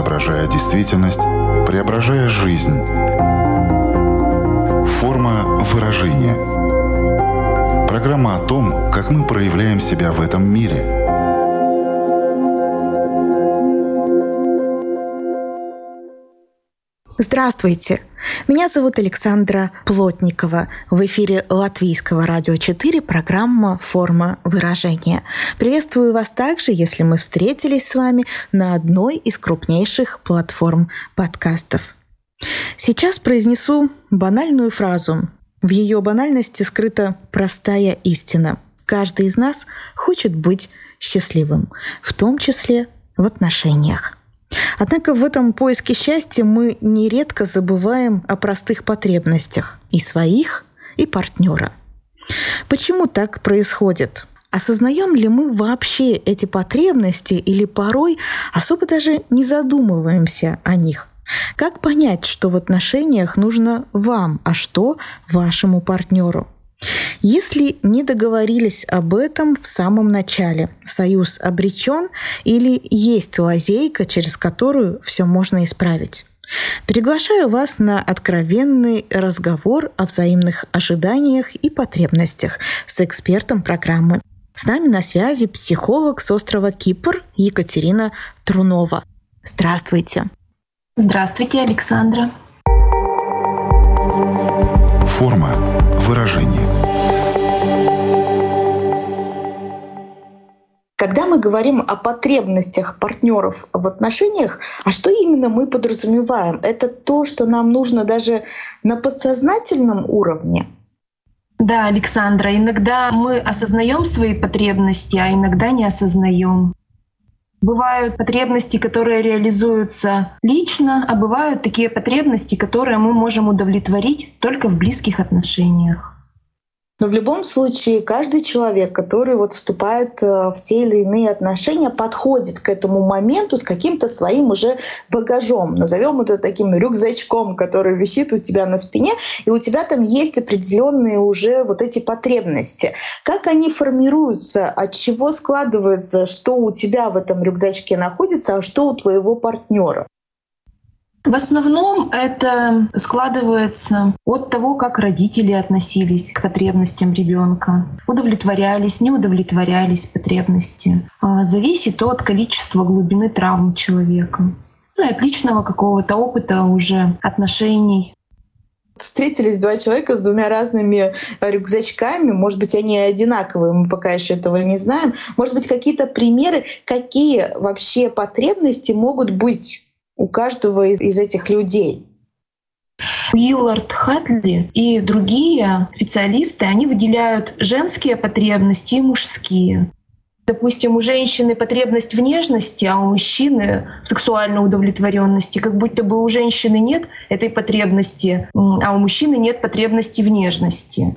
изображая действительность, преображая жизнь. Форма выражения. Программа о том, как мы проявляем себя в этом мире. Здравствуйте! Меня зовут Александра Плотникова. В эфире Латвийского радио 4 программа «Форма выражения». Приветствую вас также, если мы встретились с вами на одной из крупнейших платформ подкастов. Сейчас произнесу банальную фразу. В ее банальности скрыта простая истина. Каждый из нас хочет быть счастливым, в том числе в отношениях. Однако в этом поиске счастья мы нередко забываем о простых потребностях и своих, и партнера. Почему так происходит? Осознаем ли мы вообще эти потребности или порой особо даже не задумываемся о них? Как понять, что в отношениях нужно вам, а что вашему партнеру? Если не договорились об этом в самом начале, союз обречен или есть лазейка, через которую все можно исправить? Приглашаю вас на откровенный разговор о взаимных ожиданиях и потребностях с экспертом программы. С нами на связи психолог с острова Кипр Екатерина Трунова. Здравствуйте. Здравствуйте, Александра. Форма выражения. Когда мы говорим о потребностях партнеров в отношениях, а что именно мы подразумеваем? Это то, что нам нужно даже на подсознательном уровне? Да, Александра, иногда мы осознаем свои потребности, а иногда не осознаем. Бывают потребности, которые реализуются лично, а бывают такие потребности, которые мы можем удовлетворить только в близких отношениях. Но в любом случае каждый человек, который вступает в те или иные отношения, подходит к этому моменту с каким-то своим уже багажом. Назовем это таким рюкзачком, который висит у тебя на спине, и у тебя там есть определенные уже эти потребности. Как они формируются, от чего складывается, что у тебя в этом рюкзачке находится, а что у твоего партнера? В основном это складывается от того, как родители относились к потребностям ребенка, удовлетворялись, не удовлетворялись потребности. Зависит от количества глубины травм человека, и от личного какого-то опыта уже отношений. Встретились два человека с двумя разными рюкзачками. Может быть, они одинаковые, мы пока еще этого не знаем. Может быть, какие-то примеры, какие вообще потребности могут быть у каждого из этих людей? Уиллард Хатли и другие специалисты, они выделяют женские потребности и мужские. Допустим, у женщины потребность в нежности, а у мужчины в сексуальной удовлетворенности. Как будто бы у женщины нет этой потребности, а у мужчины нет потребности в нежности.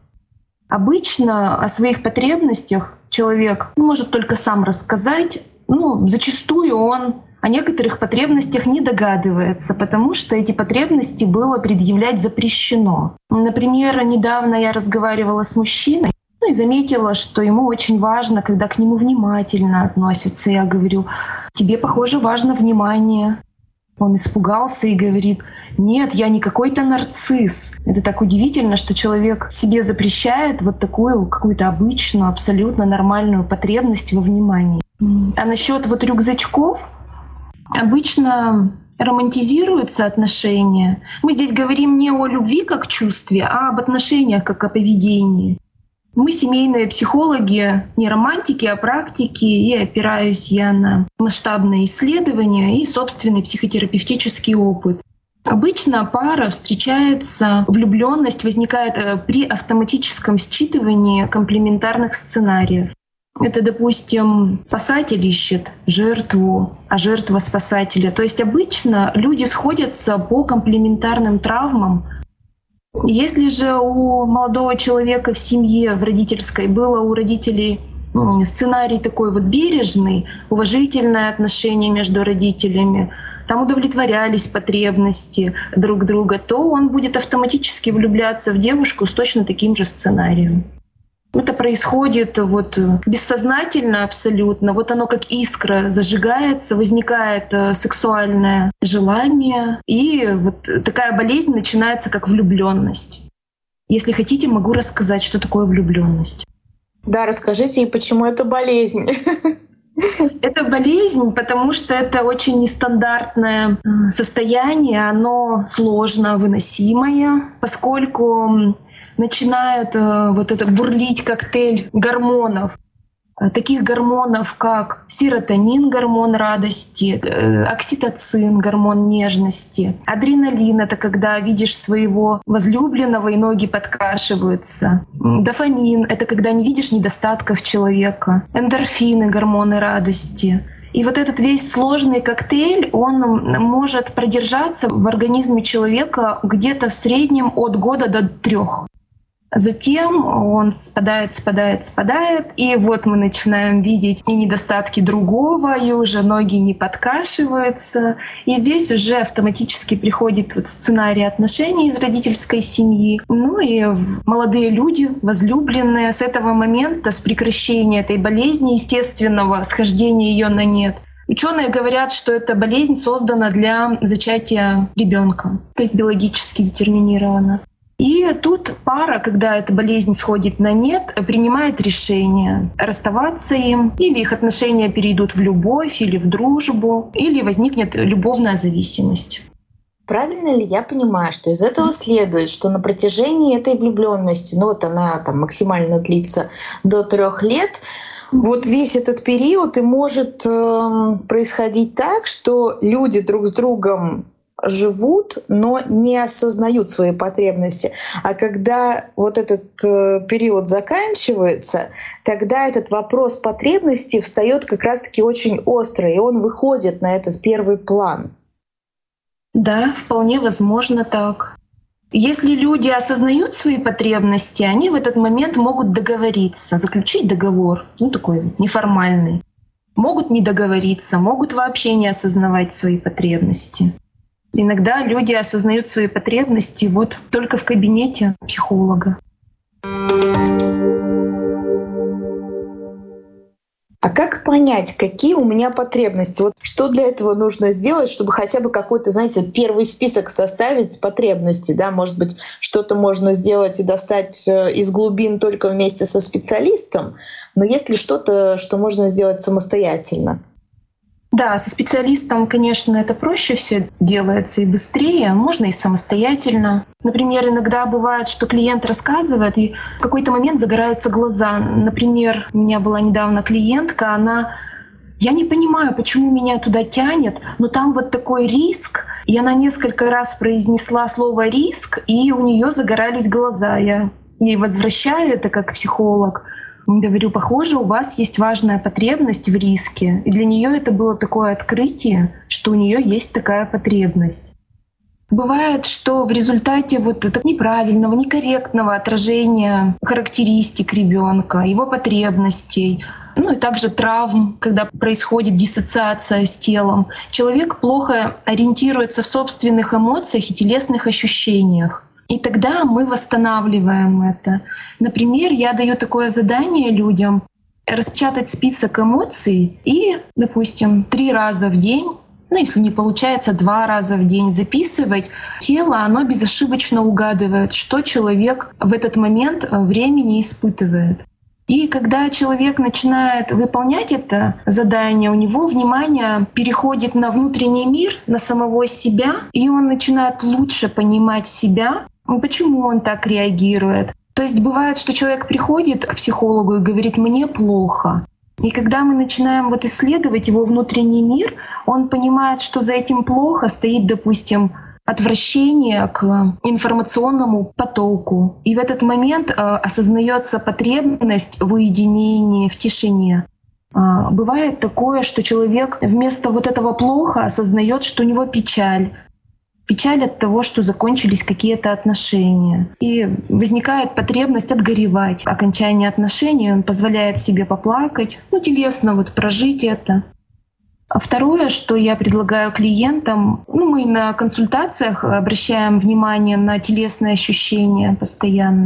Обычно о своих потребностях человек может только сам рассказать. Зачастую он о некоторых потребностях не догадывается, потому что эти потребности было предъявлять запрещено. Например, недавно я разговаривала с мужчиной и заметила, что ему очень важно, когда к нему внимательно относятся. Я говорю: «Тебе, похоже, важно внимание». Он испугался и говорит: «Нет, я не какой-то нарцисс». Это так удивительно, что человек себе запрещает такую какую-то обычную, абсолютно нормальную потребность во внимании. А насчет рюкзачков, обычно романтизируются отношения. Мы здесь говорим не о любви как чувстве, а об отношениях как о поведении. Мы семейные психологи, не романтики, а практики, и опираюсь я на масштабные исследования и собственный психотерапевтический опыт. Обычно пара встречается, влюбленность возникает при автоматическом считывании комплементарных сценариев. Это, допустим, спасатель ищет жертву, а жертва спасателя. То есть обычно люди сходятся по комплементарным травмам. Если же у молодого человека в семье, в родительской, было у родителей сценарий такой бережный, уважительное отношение между родителями, там удовлетворялись потребности друг друга, то он будет автоматически влюбляться в девушку с точно таким же сценарием. Это происходит вот бессознательно абсолютно. Вот оно как искра зажигается, возникает сексуальное желание, и вот такая болезнь начинается как влюбленность. Если хотите, могу рассказать, что такое влюбленность. Да, расскажите, и почему это болезнь? Это болезнь, потому что это очень нестандартное состояние, оно сложно выносимое, поскольку начинает вот это бурлить коктейль гормонов. Таких гормонов, как серотонин, гормон радости, окситоцин, гормон нежности, адреналин — это когда видишь своего возлюбленного и ноги подкашиваются, дофамин — это когда не видишь недостатков человека, эндорфины, гормоны радости. И вот этот весь сложный коктейль, он может продержаться в организме человека где-то в среднем от года до 3. Затем он спадает, и вот мы начинаем видеть и недостатки другого, и уже ноги не подкашиваются. И здесь уже автоматически приходит вот сценарий отношений из родительской семьи. Ну и молодые люди, возлюбленные, с этого момента, с прекращения этой болезни, естественного схождения ее на нет, ученые говорят, что эта болезнь создана для зачатия ребенка, то есть биологически детерминирована. И тут пара, когда эта болезнь сходит на нет, принимает решение расставаться им, или их отношения перейдут в любовь, или в дружбу, или возникнет любовная зависимость. Правильно ли я понимаю, что из этого следует, что на протяжении этой влюбленности, ну вот она там максимально длится до 3 лет, вот весь этот период и может происходить так, что люди друг с другом живут, но не осознают свои потребности. А когда вот этот период заканчивается, тогда этот вопрос потребностей встает как раз-таки очень остро, и он выходит на этот первый план. Да, вполне возможно так. Если люди осознают свои потребности, они в этот момент могут договориться, заключить договор, ну такой неформальный. Могут не договориться, могут вообще не осознавать свои потребности. Иногда люди осознают свои потребности вот только в кабинете психолога. А как понять, какие у меня потребности? Вот что для этого нужно сделать, чтобы хотя бы какой-то, знаете, первый список составить потребностей? Да? Может быть, что-то можно сделать и достать из глубин только вместе со специалистом, но есть ли что-то, что можно сделать самостоятельно? Да, со специалистом, конечно, это проще все делается и быстрее, можно и самостоятельно. Например, иногда бывает, что клиент рассказывает, и в какой-то момент загораются глаза. Например, у меня была недавно клиентка, я не понимаю, почему меня туда тянет, но там вот такой риск, и она несколько раз произнесла слово «риск», и у нее загорались глаза. Я ей возвращаю это как психолог. Говорю, похоже, у вас есть важная потребность в риске. И для нее это было такое открытие, что у нее есть такая потребность. Бывает, что в результате вот этого неправильного, некорректного отражения характеристик ребенка, его потребностей, ну и также травм, когда происходит диссоциация с телом, человек плохо ориентируется в собственных эмоциях и телесных ощущениях. И тогда мы восстанавливаем это. Например, я даю такое задание людям — распечатать список эмоций и, допустим, 3 раза в день, ну если не получается, 2 раза в день записывать. Тело, оно безошибочно угадывает, что человек в этот момент времени испытывает. И когда человек начинает выполнять это задание, у него внимание переходит на внутренний мир, на самого себя, и он начинает лучше понимать себя, почему он так реагирует. То есть бывает, что человек приходит к психологу и говорит: «Мне плохо». И когда мы начинаем вот исследовать его внутренний мир, он понимает, что за этим плохо стоит, допустим, отвращение к информационному потоку. И в этот момент осознается потребность в уединении, в тишине. Бывает такое, что человек вместо вот этого плохо осознает, что у него печаль. Печаль от того, что закончились какие-то отношения. И возникает потребность отгоревать окончание отношений. Он позволяет себе поплакать, телесно вот прожить это. А второе, что я предлагаю клиентам, мы на консультациях обращаем внимание на телесные ощущения постоянно.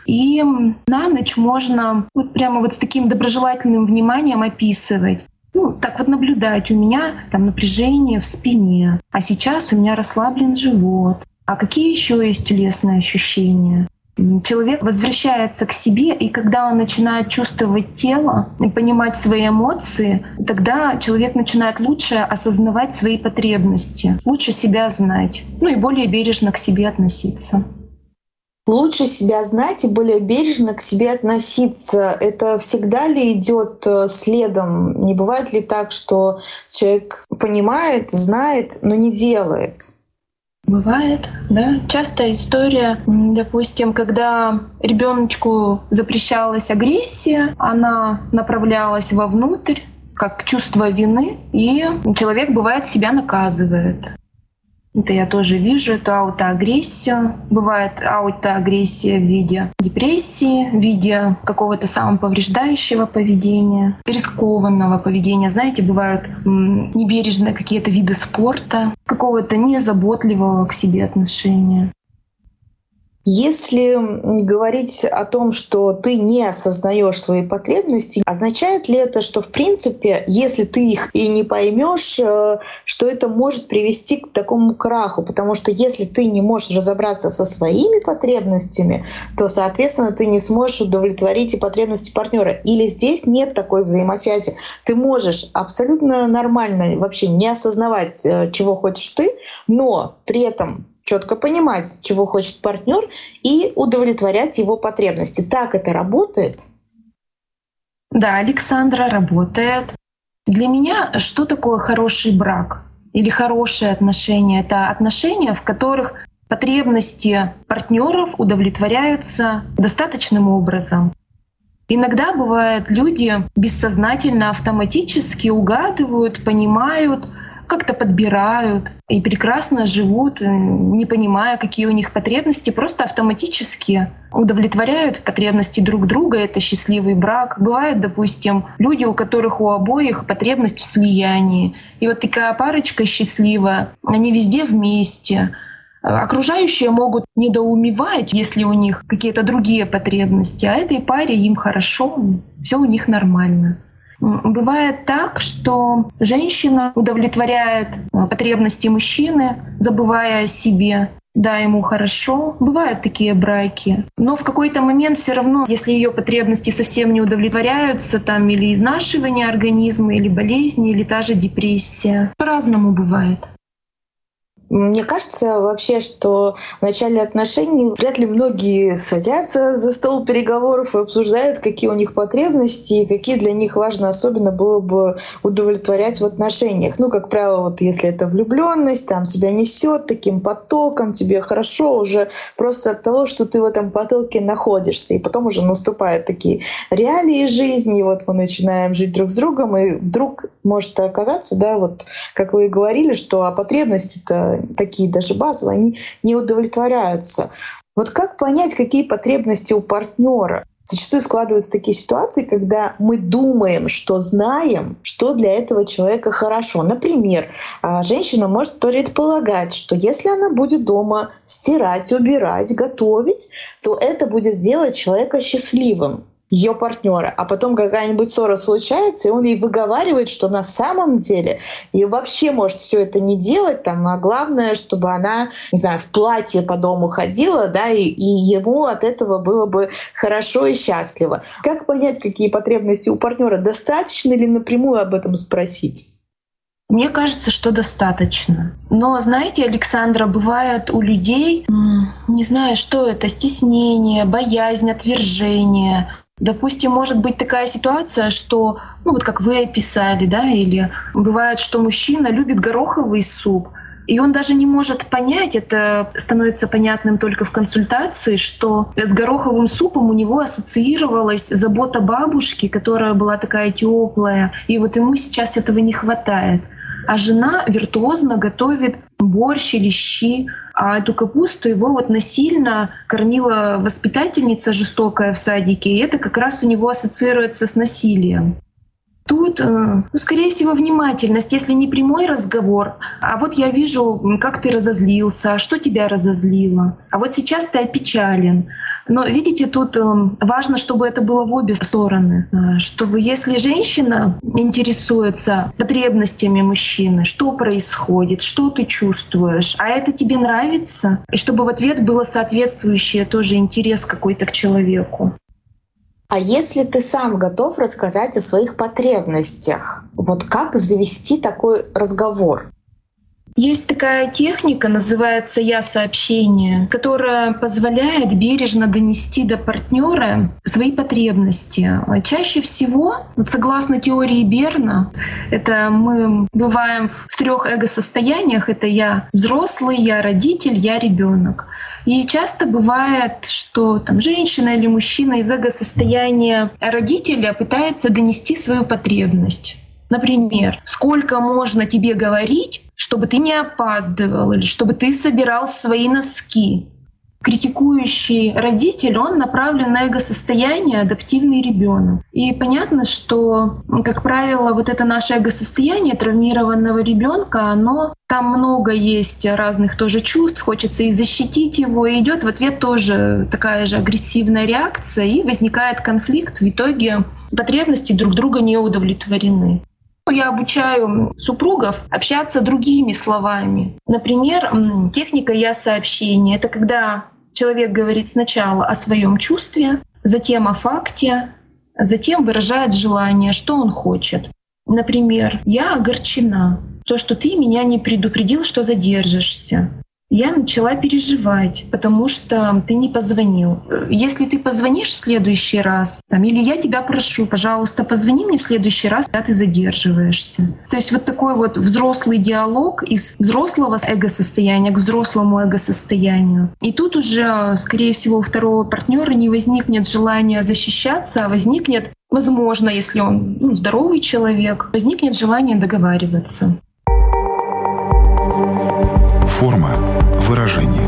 И на ночь можно вот прямо вот с таким доброжелательным вниманием описывать. Так вот наблюдать, у меня там напряжение в спине, а сейчас у меня расслаблен живот. А какие еще есть телесные ощущения? Человек возвращается к себе, и когда он начинает чувствовать тело и понимать свои эмоции, тогда человек начинает лучше осознавать свои потребности, лучше себя знать, и более бережно к себе относиться. Лучше себя знать и более бережно к себе относиться. Это всегда ли идет следом? Не бывает ли так, что человек понимает, знает, но не делает? Бывает, да. Частая история, допустим, когда ребеночку запрещалась агрессия, она направлялась вовнутрь, как чувство вины, и человек, бывает, себя наказывает. Это я тоже вижу, эту аутоагрессию. Бывает аутоагрессия в виде депрессии, в виде какого-то самоповреждающего поведения, рискованного поведения. Знаете, бывают небережные какие-то виды спорта, какого-то незаботливого к себе отношения. Если говорить о том, что ты не осознаешь свои потребности, означает ли это, что в принципе, если ты их и не поймешь, что это может привести к такому краху? Потому что если ты не можешь разобраться со своими потребностями, то, соответственно, ты не сможешь удовлетворить и потребности партнера. Или здесь нет такой взаимосвязи. Ты можешь абсолютно нормально вообще не осознавать, чего хочешь ты, но при этом четко понимать, чего хочет партнер, и удовлетворять его потребности. Так это работает? Да, Александра, работает. Для меня что такое хороший брак или хорошие отношения? Это отношения, в которых потребности партнеров удовлетворяются достаточным образом. Иногда бывает, люди бессознательно, автоматически угадывают, понимают, как-то подбирают и прекрасно живут, не понимая, какие у них потребности, просто автоматически удовлетворяют потребности друг друга. Это счастливый брак. Бывает, допустим, люди, у которых у обоих потребность в слиянии. И вот такая парочка счастливая, они везде вместе. Окружающие могут недоумевать, если у них какие-то другие потребности, а этой паре им хорошо, все у них нормально. Бывает так, что женщина удовлетворяет потребности мужчины, забывая о себе. Да, ему хорошо. Бывают такие браки. Но в какой-то момент все равно, если ее потребности совсем не удовлетворяются, там или изнашивание организма, или болезни, или та же депрессия. По-разному бывает. Мне кажется вообще, что в начале отношений вряд ли многие садятся за стол переговоров и обсуждают, какие у них потребности и какие для них важно особенно было бы удовлетворять в отношениях. Как правило, вот если это влюбленность, там тебя несет таким потоком, тебе хорошо уже просто от того, что ты в этом потоке находишься. И потом уже наступают такие реалии жизни, и вот мы начинаем жить друг с другом, и вдруг может оказаться, да, вот как вы и говорили, что потребности-то такие даже базовые, они не удовлетворяются. Вот как понять, какие потребности у партнера? Зачастую складываются такие ситуации, когда мы думаем, что знаем, что для этого человека хорошо. Например, женщина может предполагать, что если она будет дома стирать, убирать, готовить, то это будет делать человека счастливым, ее партнера, а потом какая-нибудь ссора случается, и он ей выговаривает, что на самом деле и вообще может все это не делать, а главное, чтобы она, не знаю, в платье по дому ходила, да, и ему от этого было бы хорошо и счастливо. Как понять, какие потребности у партнера? Достаточно ли напрямую об этом спросить? Мне кажется, что достаточно. Но, знаете, Александра, бывает у людей, не знаю, что это, стеснение, боязнь, отвержение. Допустим, может быть такая ситуация, что, вот как вы описали, да, или бывает, что мужчина любит гороховый суп, и он даже не может понять, это становится понятным только в консультации, что с гороховым супом у него ассоциировалась забота бабушки, которая была такая теплая, и вот ему сейчас этого не хватает. А жена виртуозно готовит борщ или щи, а эту капусту его насильно кормила воспитательница жестокая в садике, и это как раз у него ассоциируется с насилием. Тут, скорее всего, внимательность, если не прямой разговор, а вот я вижу, как ты разозлился, а что тебя разозлило, а вот сейчас ты опечален. Но видите, тут важно, чтобы это было в обе стороны, чтобы если женщина интересуется потребностями мужчины, что происходит, что ты чувствуешь, а это тебе нравится, и чтобы в ответ было соответствующее тоже интерес какой-то к человеку. А если ты сам готов рассказать о своих потребностях, вот как завести такой разговор? Есть такая техника, называется «я-сообщение», которая позволяет бережно донести до партнера свои потребности. Чаще всего, согласно теории Берна, это мы бываем в 3 эго-состояниях. Это я взрослый, я родитель, я ребенок. И часто бывает, что женщина или мужчина из эго-состояния родителя пытается донести свою потребность. Например, сколько можно тебе говорить, чтобы ты не опаздывал или чтобы ты собирал свои носки. Критикующий родитель, он направлен на эго-состояние адаптивный ребенок. И понятно, что, как правило, вот это наше эго-состояние травмированного ребенка, там много есть разных тоже чувств, хочется и защитить его, и идет в ответ тоже такая же агрессивная реакция, и возникает конфликт, в итоге потребности друг друга не удовлетворены. Я обучаю супругов общаться другими словами. Например, техника «я-сообщение» — это когда человек говорит сначала о своем чувстве, затем о факте, затем выражает желание, что он хочет. Например, «я огорчена. То, что ты меня не предупредил, что задержишься. Я начала переживать, потому что ты не позвонил. Если ты позвонишь в следующий раз, или я тебя прошу, пожалуйста, позвони мне в следующий раз, когда ты задерживаешься». То есть вот такой вот взрослый диалог из взрослого эго-состояния к взрослому эго-состоянию. И тут уже, скорее всего, у второго партнера не возникнет желания защищаться, а возникнет, возможно, если он здоровый человек, возникнет желание договариваться. Форма выражения.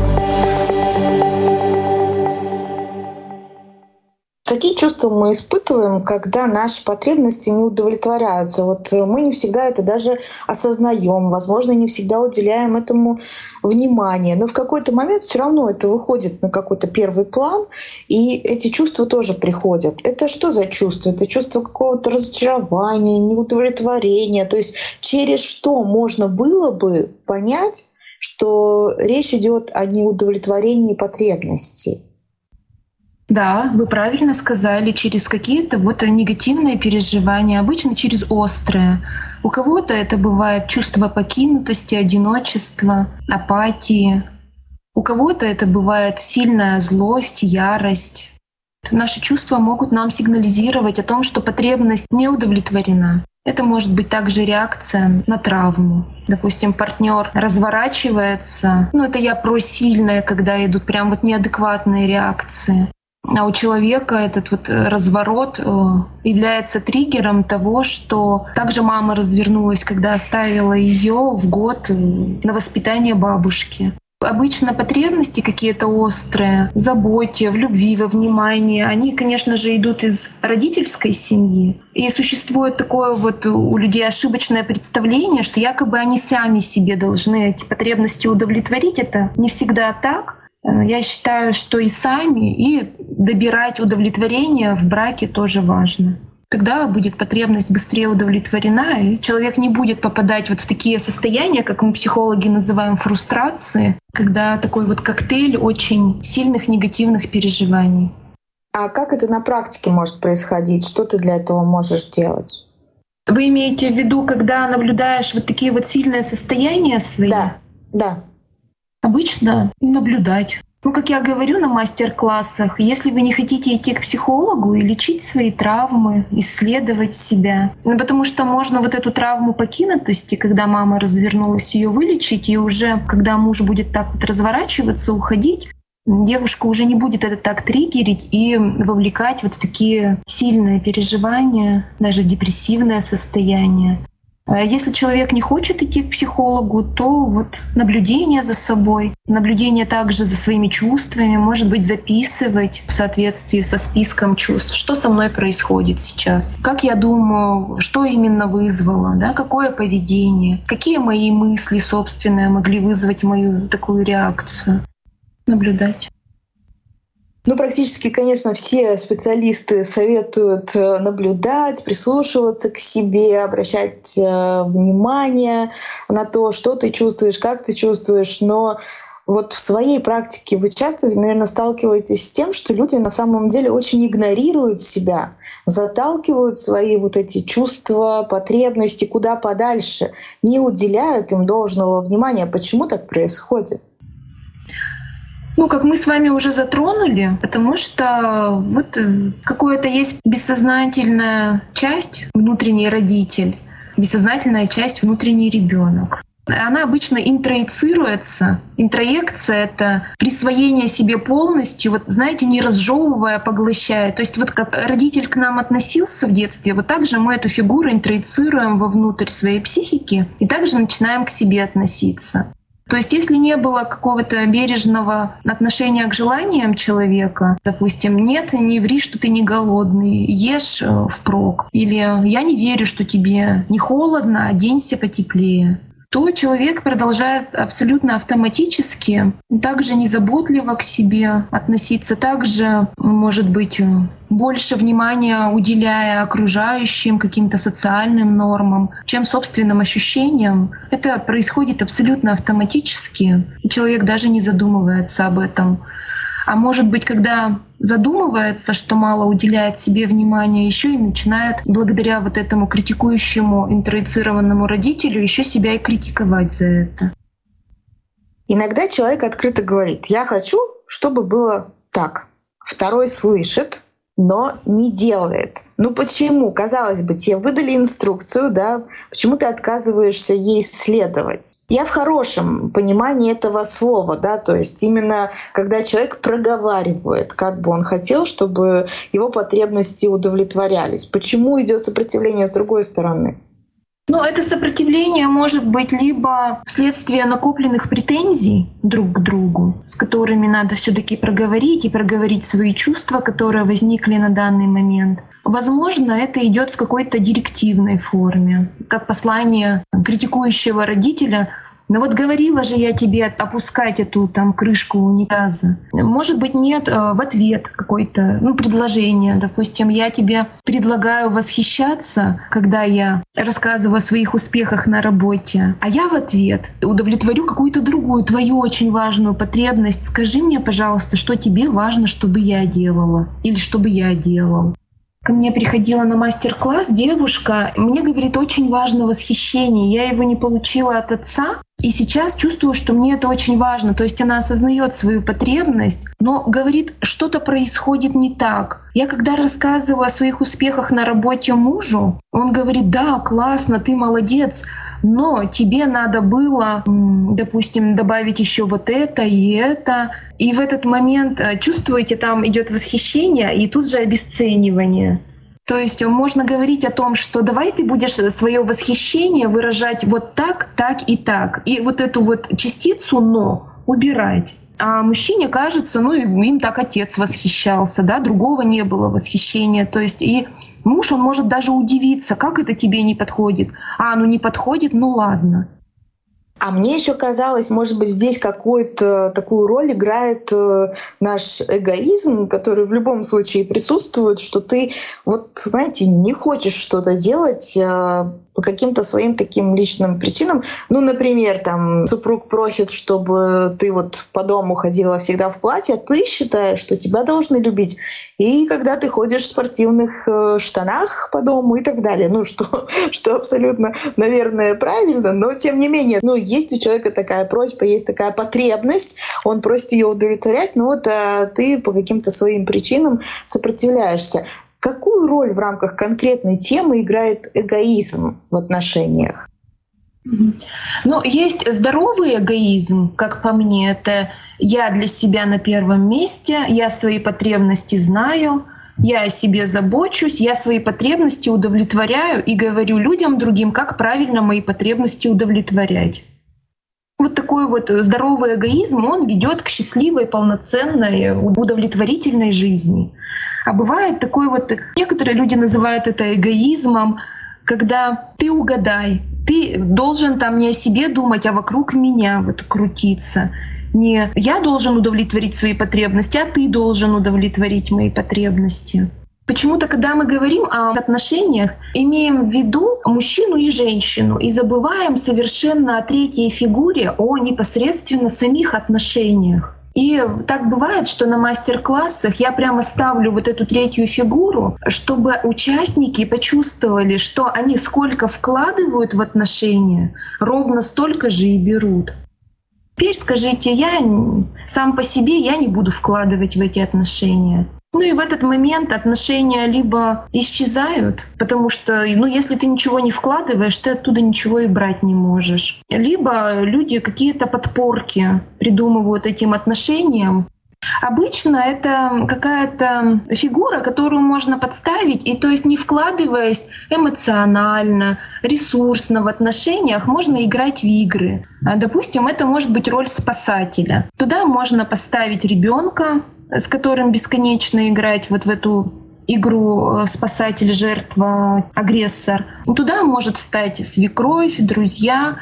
Какие чувства мы испытываем, когда наши потребности не удовлетворяются? Вот мы не всегда это даже осознаем, возможно, не всегда уделяем этому внимание, но в какой-то момент все равно это выходит на какой-то первый план, и эти чувства тоже приходят. Это что за чувство? Это чувство какого-то разочарования, неудовлетворения. То есть через что можно было бы понять, что речь идет о неудовлетворении потребностей? Да, вы правильно сказали, через какие-то негативные переживания, обычно через острые. У кого-то это бывает чувство покинутости, одиночества, апатии. У кого-то это бывает сильная злость, ярость. Наши чувства могут нам сигнализировать о том, что потребность не удовлетворена. Это может быть также реакция на травму. Допустим, партнер разворачивается. Это я про сильное, когда идут прям неадекватные реакции. А у человека этот разворот является триггером того, что также мама развернулась, когда оставила ее в год на воспитание бабушки. Обычно потребности какие-то острые, в заботе, в любви, во внимании, они, конечно же, идут из родительской семьи. И существует такое у людей ошибочное представление, что якобы они сами себе должны эти потребности удовлетворить. Это не всегда так. Я считаю, что и сами, и добирать удовлетворение в браке тоже важно. Тогда будет потребность быстрее удовлетворена, и человек не будет попадать в такие состояния, как мы психологи называем фрустрации, когда такой коктейль очень сильных негативных переживаний. А как это на практике может происходить? Что ты для этого можешь делать? Вы имеете в виду, когда наблюдаешь такие сильные состояния свои? Да. Обычно наблюдать. Как я говорю на мастер-классах, если вы не хотите идти к психологу и лечить свои травмы, исследовать себя, потому что можно эту травму покинутости, когда мама развернулась, ее вылечить, и уже когда муж будет так разворачиваться, уходить, девушка уже не будет это так триггерить и вовлекать в такие сильные переживания, даже депрессивное состояние. Если человек не хочет идти к психологу, то вот наблюдение за собой, наблюдение также за своими чувствами, может быть, записывать в соответствии со списком чувств, что со мной происходит сейчас, как я думаю, что именно вызвало, да, какое поведение, какие мои мысли собственные могли вызвать мою такую реакцию. Наблюдать. Практически, конечно, все специалисты советуют наблюдать, прислушиваться к себе, обращать внимание на то, что ты чувствуешь, как ты чувствуешь. Но вот в своей практике вы часто, наверное, сталкиваетесь с тем, что люди на самом деле очень игнорируют себя, заталкивают свои вот эти чувства, потребности куда подальше, не уделяют им должного внимания. Почему так происходит? Как мы с вами уже затронули, потому что вот какое-то есть бессознательная часть, внутренний родитель, бессознательная часть, внутренний ребенок. Она обычно интроицируется. Интроекция — это присвоение себе полностью, вот знаете, не разжевывая, поглощая. То есть вот как родитель к нам относился в детстве, вот так же мы эту фигуру интроицируем вовнутрь своей психики и также начинаем к себе относиться. То есть если не было какого-то бережного отношения к желаниям человека, допустим, нет, не ври, что ты не голодный, ешь впрок, или я не верю, что тебе не холодно, оденься потеплее, то человек продолжает абсолютно автоматически, также незаботливо к себе относиться, также, может быть, больше внимания уделяя окружающим каким-то социальным нормам, чем собственным ощущениям. Это происходит абсолютно автоматически, и человек даже не задумывается об этом. А может быть, когда задумывается, что мало уделяет себе внимания, еще и начинает благодаря вот этому критикующему интроицированному родителю еще себя и критиковать за это. Иногда человек открыто говорит: «Я хочу, чтобы было так». Второй слышит, но не делает. Почему? Казалось бы, тебе выдали инструкцию, да? Почему ты отказываешься ей следовать? Я в хорошем понимании этого слова, да, то есть именно когда человек проговаривает, как бы он хотел, чтобы его потребности удовлетворялись. Почему идет сопротивление с другой стороны? Это сопротивление может быть либо вследствие накопленных претензий друг к другу, с которыми надо все-таки проговорить и проговорить свои чувства, которые возникли на данный момент. Возможно, это идет в какой-то директивной форме, как послание критикующего родителя. Говорила же я тебе опускать эту крышку унитаза. Может быть, нет в ответ какое-то предложение. Допустим, я тебе предлагаю восхищаться, когда я рассказываю о своих успехах на работе, а я в ответ удовлетворю какую-то другую, твою очень важную потребность. Скажи мне, пожалуйста, что тебе важно, чтобы я делала или чтобы я делал. Ко мне приходила на мастер-класс девушка, мне говорит, очень важно восхищение. Я его не получила от отца, и сейчас чувствую, что мне это очень важно. То есть она осознает свою потребность, но говорит, что-то происходит не так. Я когда рассказываю о своих успехах на работе мужу, он говорит: да, классно, ты молодец, но тебе надо было, допустим, добавить еще вот это и это. И в этот момент, чувствуете, там идет восхищение и тут же обесценивание. То есть можно говорить о том, что давай ты будешь свое восхищение выражать вот так, так и так. И вот эту вот частицу «но» убирать. А мужчине кажется, им так отец восхищался, да, другого не было восхищения. То есть и муж, он может даже удивиться, как это тебе не подходит. Не подходит, ладно. А мне еще казалось, может быть, здесь какую-то такую роль играет наш эгоизм, который в любом случае присутствует, что ты, не хочешь что-то делать по каким-то своим таким личным причинам. Например, супруг просит, чтобы ты по дому ходила всегда в платье, а ты считаешь, что тебя должны любить. И когда ты ходишь в спортивных штанах по дому и так далее. Что абсолютно, наверное, правильно, но тем не менее, есть у человека такая просьба, есть такая потребность, он просит ее удовлетворять, а ты по каким-то своим причинам сопротивляешься. Какую роль в рамках конкретной темы играет эгоизм в отношениях? Есть здоровый эгоизм, как по мне, это я для себя на первом месте, я свои потребности знаю, я о себе забочусь, я свои потребности удовлетворяю и говорю людям другим, как правильно мои потребности удовлетворять. Вот такой вот здоровый эгоизм, он ведет к счастливой, полноценной, удовлетворительной жизни. А бывает такой вот, некоторые люди называют это эгоизмом, когда ты угадай, ты должен там не о себе думать, а вокруг меня вот крутиться. Не я должен удовлетворить свои потребности, а ты должен удовлетворить мои потребности. Почему-то, когда мы говорим о отношениях, имеем в виду мужчину и женщину и забываем совершенно о третьей фигуре, о непосредственно самих отношениях. И так бывает, что на мастер-классах я прямо ставлю вот эту третью фигуру, чтобы участники почувствовали, что они сколько вкладывают в отношения, ровно столько же и берут. Теперь скажите, я сам по себе я не буду вкладывать в эти отношения. Ну и в этот момент отношения либо исчезают, потому что, если ты ничего не вкладываешь, ты оттуда ничего и брать не можешь. Либо люди какие-то подпорки придумывают этим отношениям. Обычно это какая-то фигура, которую можно подставить, и то есть не вкладываясь эмоционально, ресурсно в отношениях, можно играть в игры. Допустим, это может быть роль спасателя. Туда можно поставить ребенка, с которым бесконечно играть вот в эту игру спасатель, жертва, агрессор. Туда может встать свекровь, друзья,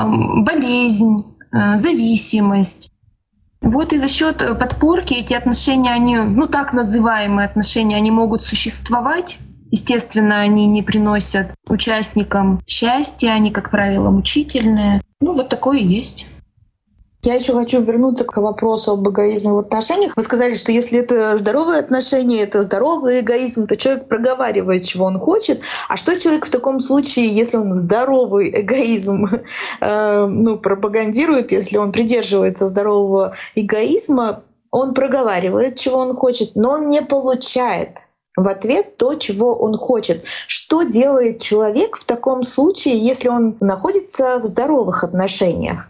болезнь, зависимость. Вот и за счет подпорки эти отношения, они, так называемые отношения, они могут существовать. Естественно, они не приносят участникам счастья, они, как правило, мучительные. Вот такое и есть. Я еще хочу вернуться к вопросу об эгоизме в отношениях. Вы сказали, что если это здоровые отношения, это здоровый эгоизм, то человек проговаривает, чего он хочет. А что человек в таком случае, если он здоровый эгоизм пропагандирует, если он придерживается здорового эгоизма, он проговаривает, чего он хочет, но он не получает в ответ то, чего он хочет. Что делает человек в таком случае, если он находится в здоровых отношениях?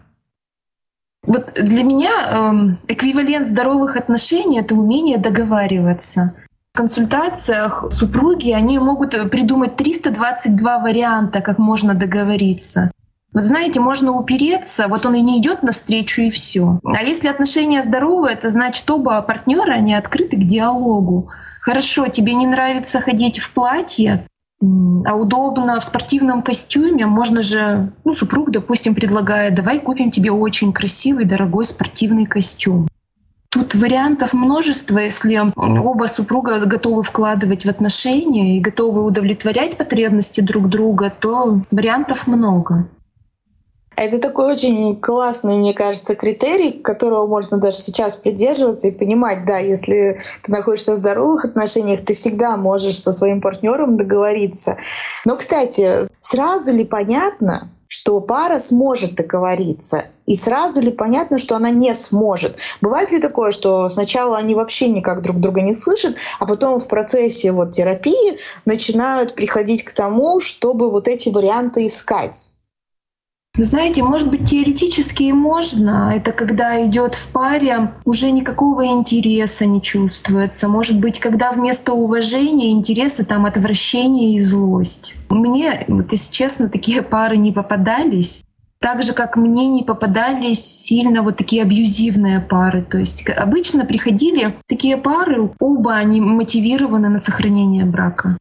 Вот для меня эквивалент здоровых отношений — это умение договариваться. В консультациях супруги, они могут придумать 322 варианта, как можно договориться. Вот знаете, можно упереться, вот он и не идет навстречу, и все. А если отношения здоровые, это значит, оба партнера они открыты к диалогу. Хорошо, тебе не нравится ходить в платье, а удобно в спортивном костюме, можно же, супруг, допустим, предлагает: давай купим тебе очень красивый, дорогой спортивный костюм. Тут вариантов множество. Если оба супруга готовы вкладывать в отношения и готовы удовлетворять потребности друг друга, то вариантов много. Это такой очень классный, мне кажется, критерий, которого можно даже сейчас придерживаться и понимать, да, если ты находишься в здоровых отношениях, ты всегда можешь со своим партнером договориться. Но, кстати, сразу ли понятно, что пара сможет договориться? И сразу ли понятно, что она не сможет? Бывает ли такое, что сначала они вообще никак друг друга не слышат, а потом в процессе терапии начинают приходить к тому, чтобы эти варианты искать? Вы знаете, может быть, теоретически и можно. Это когда идет в паре, уже никакого интереса не чувствуется. Может быть, когда вместо уважения интереса там отвращение и злость. Мне, если честно, такие пары не попадались. Так же, как мне не попадались сильно такие абьюзивные пары. То есть обычно приходили такие пары, оба они мотивированы на сохранение брака.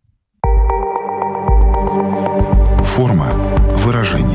Форма выражения.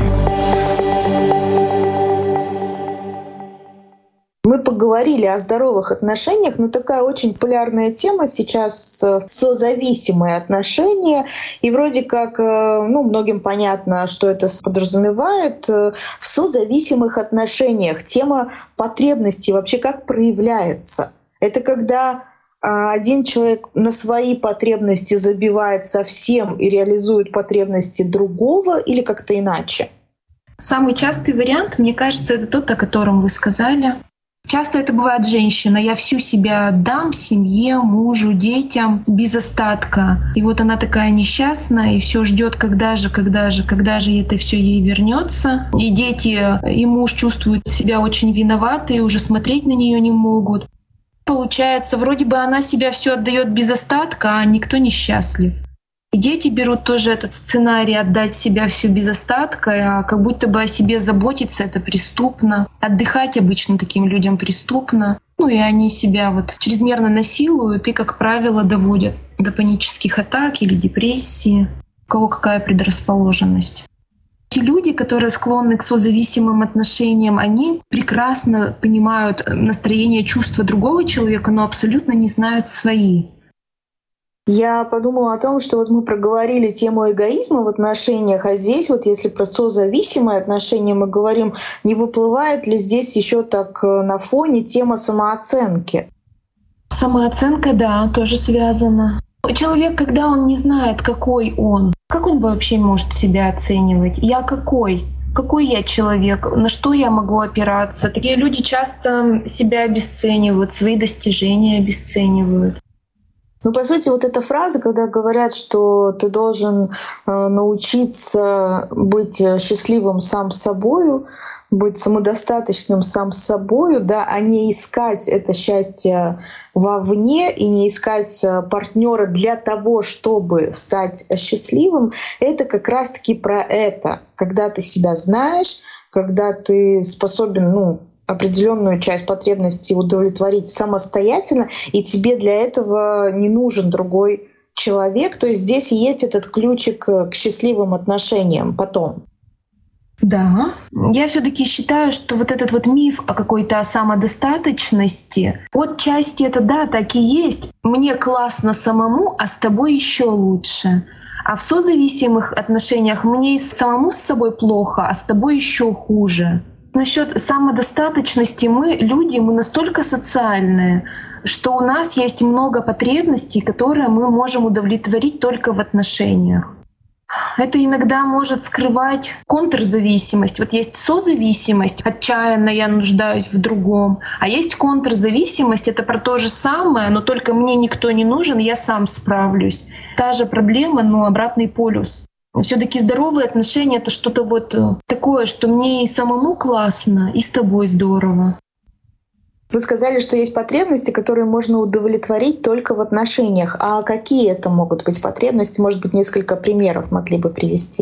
Мы поговорили о здоровых отношениях, но такая очень популярная тема сейчас — созависимые отношения. И вроде как, многим понятно, что это подразумевает. В созависимых отношениях тема потребностей вообще как проявляется? Это когда один человек на свои потребности забивает совсем и реализует потребности другого, или как-то иначе? Самый частый вариант, мне кажется, это тот, о котором вы сказали. Часто это бывает женщина: я всю себя отдам семье, мужу, детям без остатка. И она такая несчастная, и все ждет, когда же это все ей вернется. И дети, и муж чувствуют себя очень виноваты, и уже смотреть на нее не могут. Получается, вроде бы она себя все отдает без остатка, а никто не счастлив. И дети берут тоже этот сценарий отдать себя все без остатка, а как будто бы о себе заботиться — это преступно. Отдыхать обычно таким людям преступно. И они себя чрезмерно насилуют и, как правило, доводят до панических атак или депрессии. У кого какая предрасположенность. Те люди, которые склонны к созависимым отношениям, они прекрасно понимают настроение, чувства другого человека, но абсолютно не знают свои. Я подумала о том, что мы проговорили тему эгоизма в отношениях, а здесь если про созависимые отношения мы говорим, не выплывает ли здесь еще так на фоне тема самооценки? Самооценка, да, тоже связана. Человек, когда он не знает, какой он, как он вообще может себя оценивать? Я какой? Какой я человек? На что я могу опираться? Такие люди часто себя обесценивают, свои достижения обесценивают. По сути, эта фраза, когда говорят, что ты должен научиться быть счастливым сам собою, быть самодостаточным сам собою, а не искать это счастье вовне и не искать партнера для того, чтобы стать счастливым, это как раз-таки про это. Когда ты себя знаешь, когда ты способен определенную часть потребностей удовлетворить самостоятельно, и тебе для этого не нужен другой человек. То есть здесь есть этот ключик к счастливым отношениям потом. Да, я все-таки считаю, что этот миф о какой-то самодостаточности, отчасти это так и есть. Мне классно самому, а с тобой еще лучше. А в созависимых отношениях мне и самому с собой плохо, а с тобой еще хуже. Насчет самодостаточности мы настолько социальные, что у нас есть много потребностей, которые мы можем удовлетворить только в отношениях. Это иногда может скрывать контрзависимость. Есть созависимость, отчаянно я нуждаюсь в другом, а есть контрзависимость, это про то же самое, но только мне никто не нужен, я сам справлюсь. Та же проблема, но обратный полюс. Все-таки здоровые отношения — это что-то такое, что мне и самому классно, и с тобой здорово. Вы сказали, что есть потребности, которые можно удовлетворить только в отношениях. А какие это могут быть потребности? Может быть, несколько примеров могли бы привести?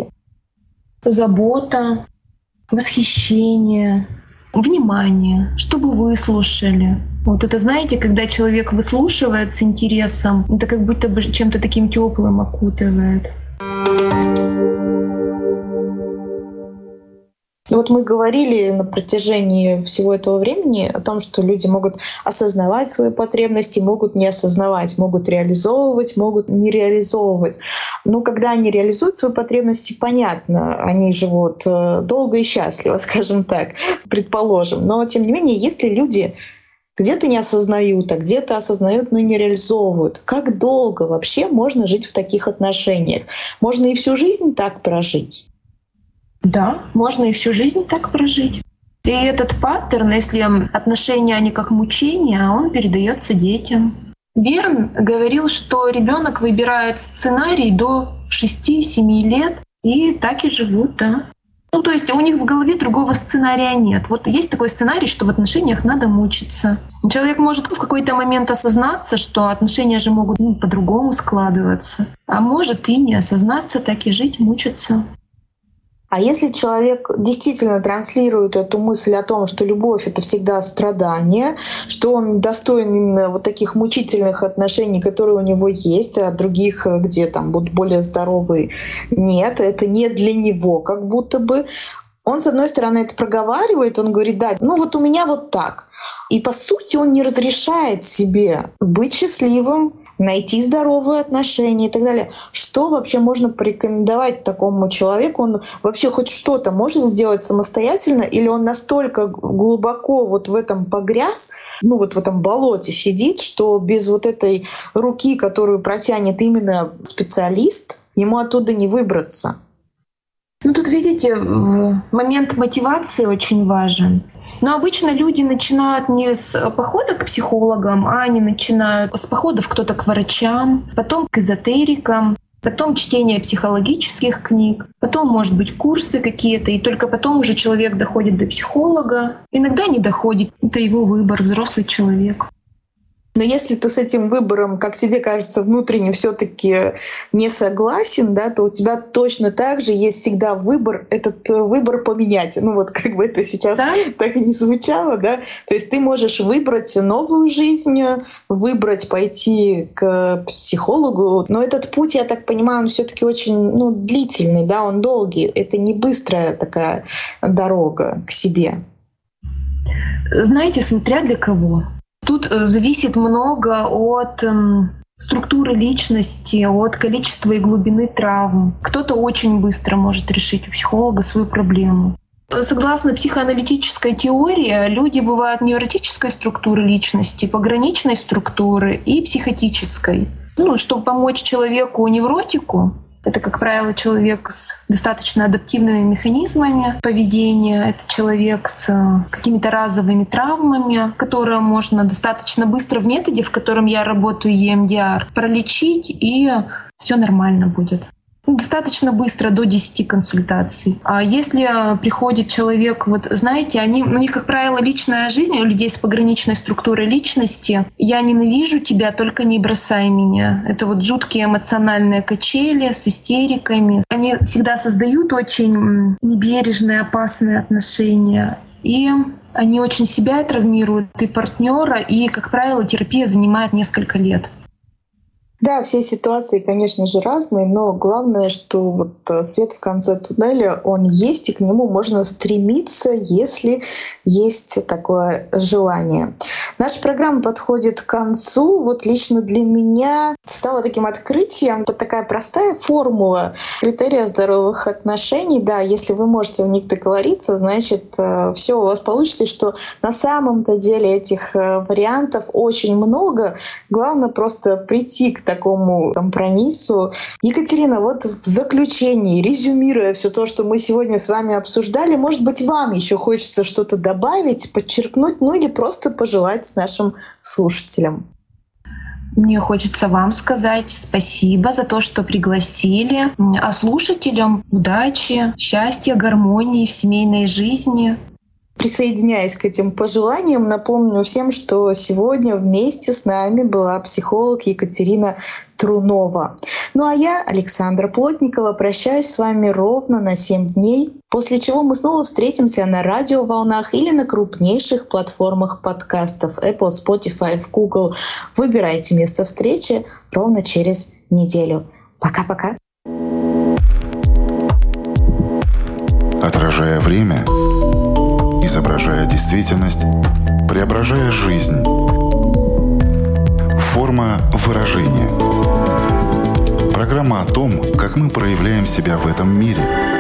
Забота, восхищение, внимание, чтобы выслушали. Это, знаете, когда человек выслушивает с интересом, это как будто бы чем-то таким теплым окутывает. Мы говорили на протяжении всего этого времени о том, что люди могут осознавать свои потребности, могут не осознавать, могут реализовывать, могут не реализовывать. Но когда они реализуют свои потребности, понятно, они живут долго и счастливо, скажем так, предположим. Но тем не менее, если люди где-то не осознают, а где-то осознают, но не реализовывают, как долго вообще можно жить в таких отношениях? Можно и всю жизнь так прожить? Да, можно и всю жизнь так прожить. И этот паттерн, если отношения, они как мучения, он передается детям. Берн говорил, что ребенок выбирает сценарий до 6-7 лет, и так и живут, да. То есть у них в голове другого сценария нет. Есть такой сценарий, что в отношениях надо мучиться. Человек может в какой-то момент осознаться, что отношения же могут по-другому складываться. А может и не осознаться, так и жить, мучиться. А если человек действительно транслирует эту мысль о том, что любовь — это всегда страдание, что он достоин именно таких мучительных отношений, которые у него есть, а других, где будут более здоровые, нет, это не для него как будто бы. Он, с одной стороны, это проговаривает, он говорит, у меня так. И по сути он не разрешает себе быть счастливым, найти здоровые отношения и так далее. Что вообще можно порекомендовать такому человеку? Он вообще хоть что-то может сделать самостоятельно, или он настолько глубоко в этом погряз, в этом болоте сидит, что без этой руки, которую протянет именно специалист, ему оттуда не выбраться? Тут, видите, момент мотивации очень важен. Но обычно люди начинают не с похода к психологам, а они начинают с походов кто-то к врачам, потом к эзотерикам, потом чтение психологических книг, потом, может быть, курсы какие-то, и только потом уже человек доходит до психолога. Иногда не доходит, это его выбор, взрослый человек. Но если ты с этим выбором, как тебе кажется, внутренне все-таки не согласен, да, то у тебя точно так же есть всегда выбор, этот выбор поменять. Ну вот как бы это сейчас так и не звучало, да. То есть ты можешь выбрать новую жизнь, выбрать пойти к психологу. Но этот путь, я так понимаю, он все-таки очень длительный, да, он долгий. Это не быстрая такая дорога к себе. Знаете, смотря для кого. Тут зависит много от структуры личности, от количества и глубины травм. Кто-то очень быстро может решить у психолога свою проблему. Согласно психоаналитической теории, люди бывают невротической структуры личности, пограничной структуры и психотической. Чтобы помочь человеку-невротику, это, как правило, человек с достаточно адаптивными механизмами поведения. Это человек с какими-то разовыми травмами, которые можно достаточно быстро в методе, в котором я работаю, EMDR, пролечить, и все нормально будет. Достаточно быстро, до 10 консультаций. А если приходит человек, знаете, у них, как правило, личная жизнь, у людей с пограничной структурой личности. Я ненавижу тебя, только не бросай меня. Это жуткие эмоциональные качели с истериками. Они всегда создают очень небережные, опасные отношения. И они очень себя травмируют, и партнера, и, как правило, терапия занимает несколько лет. Да, все ситуации, конечно же, разные, но главное, что свет в конце туннеля, он есть, и к нему можно стремиться, если есть такое желание. Наша программа подходит к концу. Лично для меня стало таким открытием такая простая формула критерия здоровых отношений. Да, если вы можете в них договориться, значит, все у вас получится, и что на самом-то деле этих вариантов очень много. Главное просто прийти к такому компромиссу. Екатерина, в заключении, резюмируя все то, что мы сегодня с вами обсуждали, может быть, вам еще хочется что-то добавить, подчеркнуть, или просто пожелать нашим слушателям? Мне хочется вам сказать спасибо за то, что пригласили. А слушателям удачи, счастья, гармонии в семейной жизни. Присоединяясь к этим пожеланиям, напомню всем, что сегодня вместе с нами была психолог Екатерина Трунова. А я, Александра Плотникова, прощаюсь с вами ровно на 7 дней, после чего мы снова встретимся на радиоволнах или на крупнейших платформах подкастов Apple, Spotify, Google. Выбирайте место встречи ровно через неделю. Пока-пока. Отражая время, изображая действительность, преображая жизнь. Форма выражения. Программа о том, как мы проявляем себя в этом мире –